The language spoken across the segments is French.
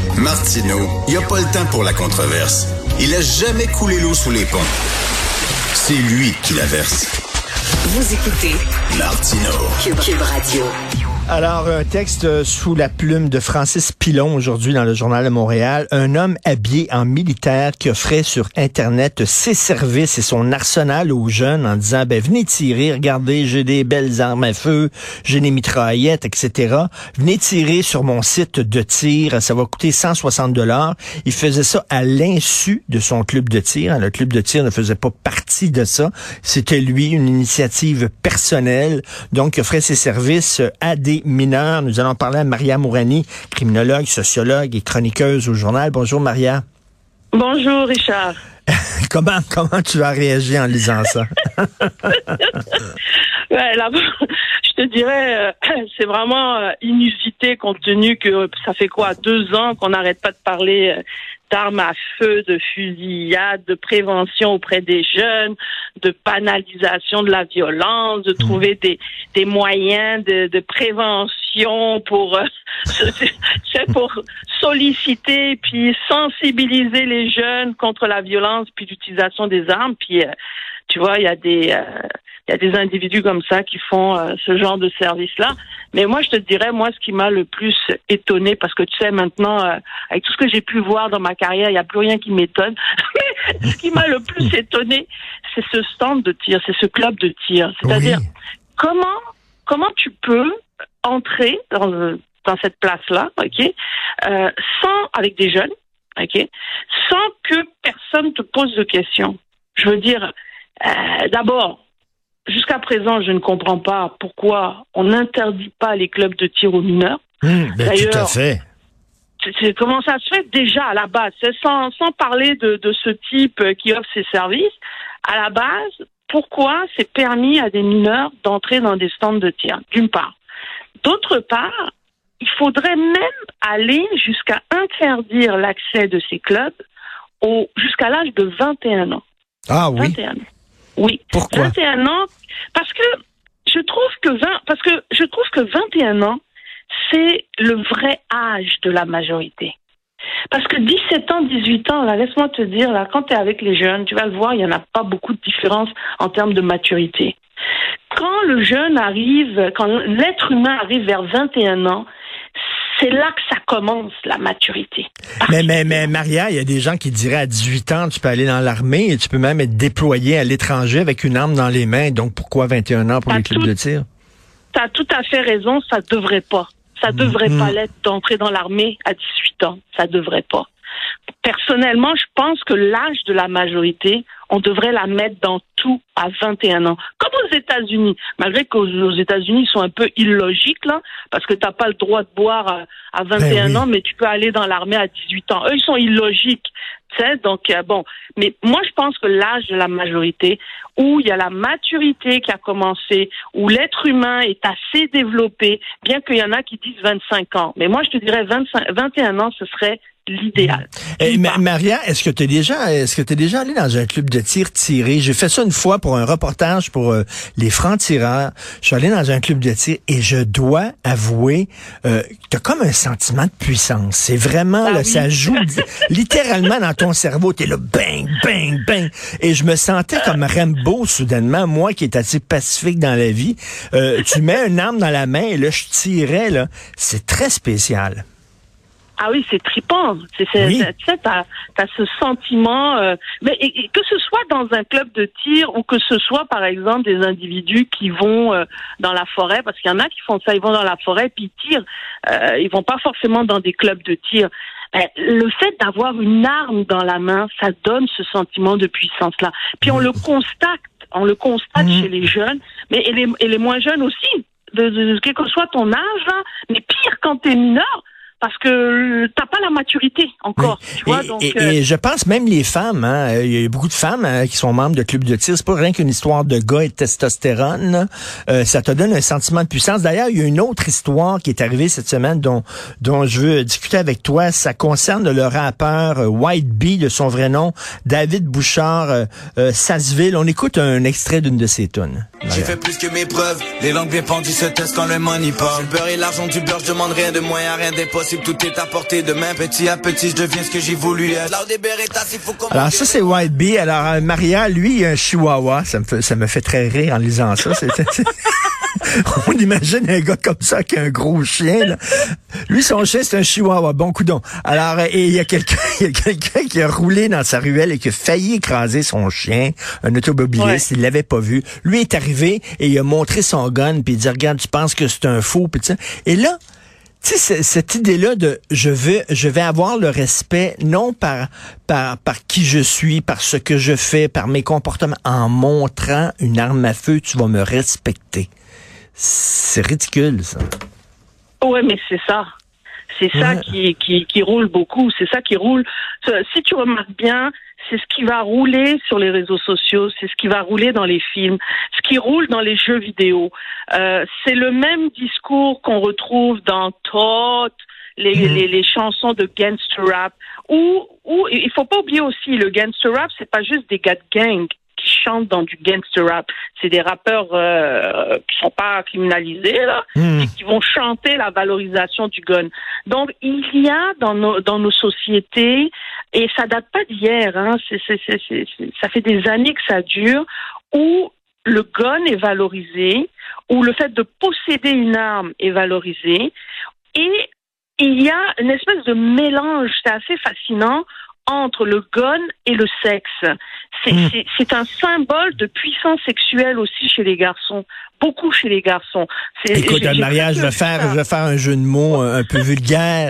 Martineau, il n'y a pas le temps pour la controverse. Il a jamais coulé l'eau sous les ponts. C'est lui qui la verse. Vous écoutez Martineau. Cube Radio. Alors, un texte sous la plume de Francis Pilon aujourd'hui dans le Journal de Montréal. Un homme habillé en militaire qui offrait sur Internet ses services et son arsenal aux jeunes en disant, venez tirer, regardez, j'ai des belles armes à feu, j'ai des mitraillettes, etc. Venez tirer sur mon site de tir, ça va coûter 160 $. Il faisait ça à l'insu de son club de tir. Le club de tir ne faisait pas partie de ça. C'était lui, une initiative personnelle. Donc, il offrait ses services à des mineurs. Nous allons parler à Maria Mourani, criminologue, sociologue et chroniqueuse au journal. Bonjour, Maria. Bonjour, Richard. Comment tu as réagi en lisant ça? Je te dirais, c'est vraiment inusité compte tenu que ça fait 2 ans qu'on n'arrête pas de parler d'armes à feu, de fusillade, de prévention auprès des jeunes, de banalisation de la violence, de trouver des moyens de prévention pour solliciter puis sensibiliser les jeunes contre la violence puis l'utilisation des armes. Puis tu vois, il y a des individus comme ça qui font ce genre de service-là. Mais moi, je te dirais, ce qui m'a le plus étonné, parce que tu sais, maintenant, avec tout ce que j'ai pu voir dans ma carrière, il n'y a plus rien qui m'étonne. Mais ce qui m'a le plus étonné, c'est ce stand de tir, c'est ce club de tir. C'est-à-dire, comment tu peux entrer dans cette place-là, ok, avec des jeunes, ok, sans que personne te pose de questions. Je veux dire, d'abord, jusqu'à présent, je ne comprends pas pourquoi on n'interdit pas les clubs de tir aux mineurs. D'ailleurs, tout à fait. Comment ça se fait déjà à la base, sans parler de ce type qui offre ses services, à la base, pourquoi c'est permis à des mineurs d'entrer dans des stands de tir, d'une part. D'autre part, il faudrait même aller jusqu'à interdire l'accès de ces clubs jusqu'à l'âge de 21 ans. Ah oui? 21 ans. Oui. Pourquoi? 21 ans, parce que je trouve que 21 ans, c'est le vrai âge de la majorité. Parce que 17 ans, 18 ans, laisse-moi te dire, quand tu es avec les jeunes, tu vas le voir, il n'y en a pas beaucoup de différence en termes de maturité. Quand l'être humain arrive vers 21 ans, c'est là que ça commence, la maturité. Mais Maria, il y a des gens qui diraient à 18 ans, tu peux aller dans l'armée et tu peux même être déployé à l'étranger avec une arme dans les mains. Donc, pourquoi 21 ans pour les clubs de tir? Tu as tout à fait raison, ça devrait pas. Ça devrait pas l'être d'entrer dans l'armée à 18 ans. Ça devrait pas. Personnellement, je pense que l'âge de la majorité, on devrait la mettre dans tout à 21 ans. Comme aux États-Unis. Malgré qu'aux États-Unis, ils sont un peu illogiques, là, parce que t'as pas le droit de boire à 21 ans, mais tu peux aller dans l'armée à 18 ans. Eux, ils sont illogiques. Tu sais, donc, bon. Mais moi, je pense que l'âge de la majorité, où il y a la maturité qui a commencé, où l'être humain est assez développé, bien qu'il y en a qui disent 25 ans. Mais moi, je te dirais 21 ans, ce serait l'idéal. Maria, est-ce que tu es déjà allé dans un club de tir tiré? J'ai fait ça une fois pour un reportage pour les francs-tireurs. Je suis allé dans un club de tir et je dois avouer, t'as comme un sentiment de puissance. C'est vraiment, là, ça joue littéralement dans ton cerveau. T'es là, bang, bang, bang. Et je me sentais comme Rambo, soudainement, moi qui est assez pacifique dans la vie. Tu mets une arme dans la main et là, je tirais, là. C'est très spécial. Ah oui, c'est trippant. Tu sais, t'as ce sentiment. Mais que ce soit dans un club de tir ou que ce soit, par exemple, des individus qui vont dans la forêt, parce qu'il y en a qui font ça, ils vont dans la forêt puis ils tirent. Ils vont pas forcément dans des clubs de tir. Le fait d'avoir une arme dans la main, ça donne ce sentiment de puissance-là. Puis on le constate chez les jeunes, mais et les moins jeunes aussi, de quel que soit ton âge, là, mais pire quand t'es mineur. Parce que t'as pas la maturité encore, tu vois. Donc, et je pense même les femmes, il y a beaucoup de femmes qui sont membres de clubs de tir. C'est pas rien qu'une histoire de gars et de testostérone. Ça te donne un sentiment de puissance. D'ailleurs, il y a une autre histoire qui est arrivée cette semaine dont je veux discuter avec toi. Ça concerne le rappeur White Bee, de son vrai nom, David Bouchard, Sasseville. On écoute un extrait d'une de ses tunes. J'ai fait plus que mes preuves. Les langues bien pendues se testent quand le money parle. Le beurre et l'argent du beurre, je demande rien de moins, rien d'impossible. invincible, tout est à portée de main. Petit à petit, je deviens ce que j'ai voulu être. Là, des Beretta, il faut qu'on... Alors ça, c'est White Bee. Alors, Maria, lui, il a un chihuahua. Ça me fait très rire en lisant ça. On imagine un gars comme ça qui a un gros chien, là. Lui, son chien, c'est un chihuahua. Bon coudonc. Alors, et il y a quelqu'un qui a roulé dans sa ruelle et qui a failli écraser son chien, un automobiliste. Il l'avait pas vu. Lui est arrivé et il a montré son gun puis il dit, regarde, tu penses que c'est un faux, puis ça. Et là, tu sais, cette idée-là de je vais avoir le respect, non par qui je suis, par ce que je fais, par mes comportements. En montrant une arme à feu, tu vas me respecter. C'est ridicule, ça. Ouais, mais c'est ça. C'est ça qui roule beaucoup. C'est ça qui roule. Si tu remarques bien, c'est ce qui va rouler sur les réseaux sociaux, c'est ce qui va rouler dans les films, ce qui roule dans les jeux vidéo. C'est le même discours qu'on retrouve dans toutes les chansons de gangster rap. Ou il faut pas oublier aussi, le gangster rap, c'est pas juste des gars de gang qui chantent dans du gangster rap. C'est des rappeurs qui sont pas criminalisés, là, et qui vont chanter la valorisation du gun. Donc, il y a dans nos sociétés, et ça date pas d'hier, hein, ça fait des années que ça dure, où le gun est valorisé, où le fait de posséder une arme est valorisé, et il y a une espèce de mélange, c'est assez fascinant, entre le gun et le sexe. C'est un symbole de puissance sexuelle aussi chez les garçons. Beaucoup chez les garçons. Écoute, Maria, je vais faire un jeu de mots un peu vulgaire,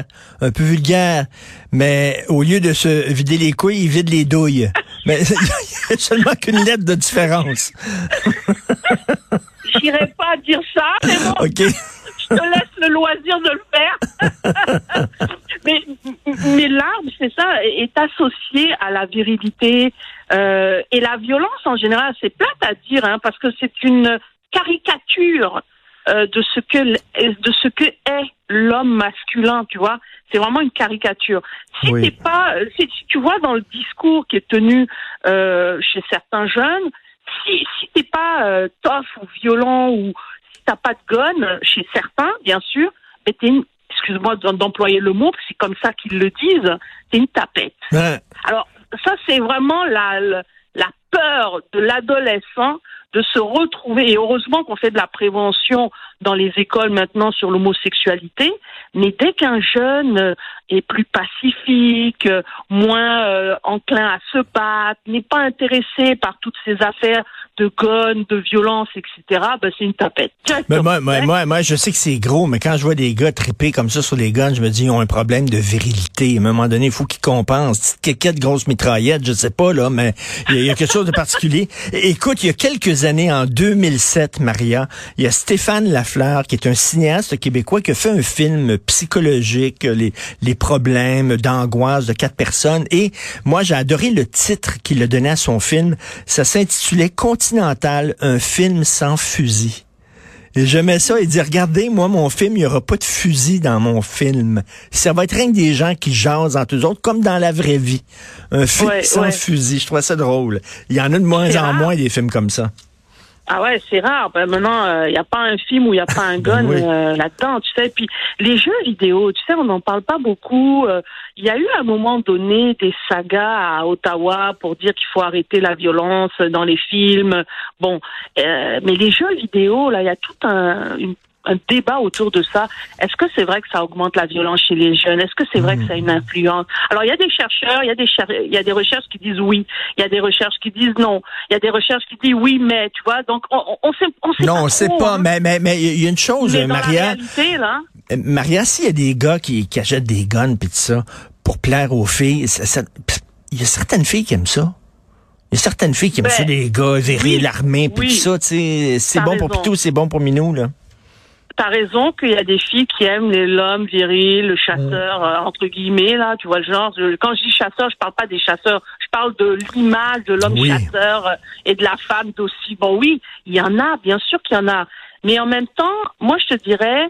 mais au lieu de se vider les couilles, il vide les douilles. Mais il y a seulement qu'une lettre de différence. J'irais pas dire ça, mais bon. OK. Je te laisse le loisir de le faire. mais l'arme, c'est ça, est associé à la virilité et la violence en général. C'est plate à dire, hein, parce que c'est une caricature de ce que est l'homme masculin, tu vois. C'est vraiment une caricature. Si si tu vois dans le discours qui est tenu chez certains jeunes, si t'es pas tough ou violent ou t'as pas de gun chez certains, bien sûr, mais excuse-moi d'employer le mot, parce que c'est comme ça qu'ils le disent, t'es une tapette. Ouais. Alors, ça, c'est vraiment la peur de l'adolescent de se retrouver, et heureusement qu'on fait de la prévention dans les écoles maintenant sur l'homosexualité, mais dès qu'un jeune est plus pacifique, moins enclin à se battre, n'est pas intéressé par toutes ces affaires de gun, de violence, etc., ben c'est une tapette. Mais moi, je sais que c'est gros, mais quand je vois des gars triper comme ça sur les guns, je me dis, ils ont un problème de virilité. À un moment donné, il faut qu'ils compensent. Petite grosse mitraillette, je sais pas, là, mais il y a quelque chose de particulier. Écoute, il y a quelques années, en 2007, Maria, il y a Stéphane Lafleur, qui est un cinéaste québécois, qui a fait un film psychologique, les problèmes d'angoisse de 4 personnes. Et moi, j'ai adoré le titre qu'il a donné à son film. Ça s'intitulait Continental, un film sans fusil. Et j'aimais ça. Il dit, regardez, moi, mon film, il n'y aura pas de fusil dans mon film. Ça va être rien que des gens qui jasent entre eux autres, comme dans la vraie vie. Un film sans fusil. Je trouve ça drôle. Il y en a de moins en moins des films comme ça. Ah ouais, c'est rare. Ben maintenant, il n'y a pas un film où il n'y a pas un gun là-dedans, tu sais. Puis les jeux vidéo, tu sais, on n'en parle pas beaucoup. Il y a eu à un moment donné des sagas à Ottawa pour dire qu'il faut arrêter la violence dans les films. Bon, mais les jeux vidéo, là, il y a tout un débat autour de ça. Est-ce que c'est vrai que ça augmente la violence chez les jeunes? Est-ce que c'est vrai que ça a une influence? Alors, il y a des chercheurs, il y a des recherches qui disent oui. Il y a des recherches qui disent non. Il y a des recherches qui disent oui, mais, tu vois, donc on sait non, pas on sait trop, pas, hein. mais il y a une chose, mais Maria. Dans la réalité, là. Maria, s'il y a des gars qui achètent des guns pis tout ça, pour plaire aux filles, il y a certaines filles qui aiment ça. Il y a certaines filles qui aiment ça, des gars virils, l'armée, pis tout ça, tu sais, c'est bon pour Pitou, c'est bon pour Minou, là. T'as raison qu'il y a des filles qui aiment l'homme viril, le chasseur, entre guillemets, là, tu vois le genre. Quand je dis chasseur, je parle pas des chasseurs, je parle de l'image de l'homme chasseur et de la femme d'aussi. Bon, oui, il y en a, bien sûr qu'il y en a. Mais en même temps, moi, je te dirais,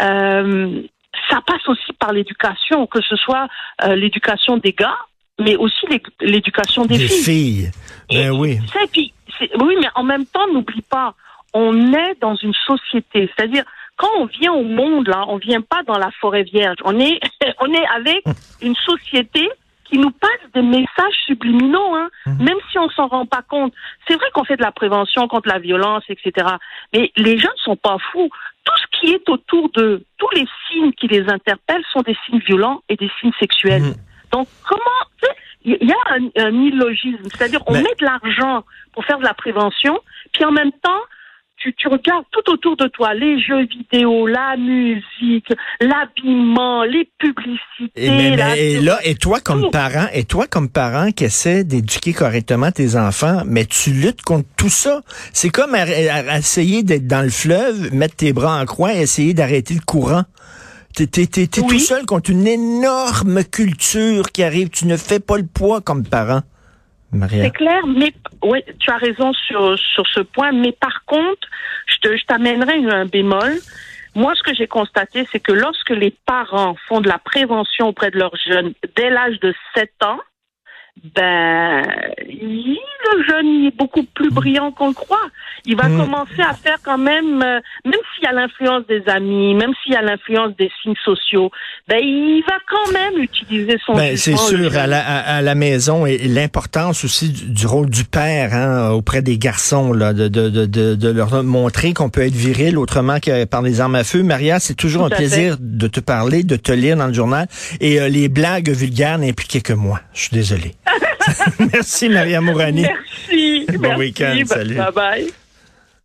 ça passe aussi par l'éducation, que ce soit l'éducation des gars, mais aussi l'éducation des filles. Ben oui. Oui, mais en même temps, n'oublie pas, on est dans une société, c'est-à-dire, quand on vient au monde, là, on vient pas dans la forêt vierge. On est avec une société qui nous passe des messages subliminaux, hein, même si on s'en rend pas compte. C'est vrai qu'on fait de la prévention contre la violence, etc. Mais les gens ne sont pas fous. Tout ce qui est autour d'eux, tous les signes qui les interpellent sont des signes violents et des signes sexuels. Donc, comment... Il y a un illogisme. C'est-à-dire, on met de l'argent pour faire de la prévention, puis en même temps, tu regardes tout autour de toi, les jeux vidéo, la musique, l'habillement, les publicités. Et toi comme parent qui essaie d'éduquer correctement tes enfants, mais tu luttes contre tout ça. C'est comme à essayer d'être dans le fleuve, mettre tes bras en croix et essayer d'arrêter le courant. T'es tout seul contre une énorme culture qui arrive. Tu ne fais pas le poids comme parent. Maria. C'est clair, mais oui, tu as raison sur ce point. Mais par contre, je t'amènerai un bémol. Moi, ce que j'ai constaté, c'est que lorsque les parents font de la prévention auprès de leurs jeunes dès l'âge de 7 ans, le jeune il est beaucoup plus brillant qu'on le croit. Il va commencer à faire quand même s'il y a l'influence des amis, même s'il y a l'influence des signes sociaux, il va quand même utiliser son jugement. C'est sûr, à la maison, et l'importance aussi du rôle du père, hein, auprès des garçons, là, de leur montrer qu'on peut être viril autrement que par les armes à feu. Maria, c'est toujours un plaisir de te parler, de te lire dans le journal. Et les blagues vulgaires n'impliquaient que moi. Je suis désolé. Merci, Maria Mourani. Merci. Bon week-end. Salut. Bye bye.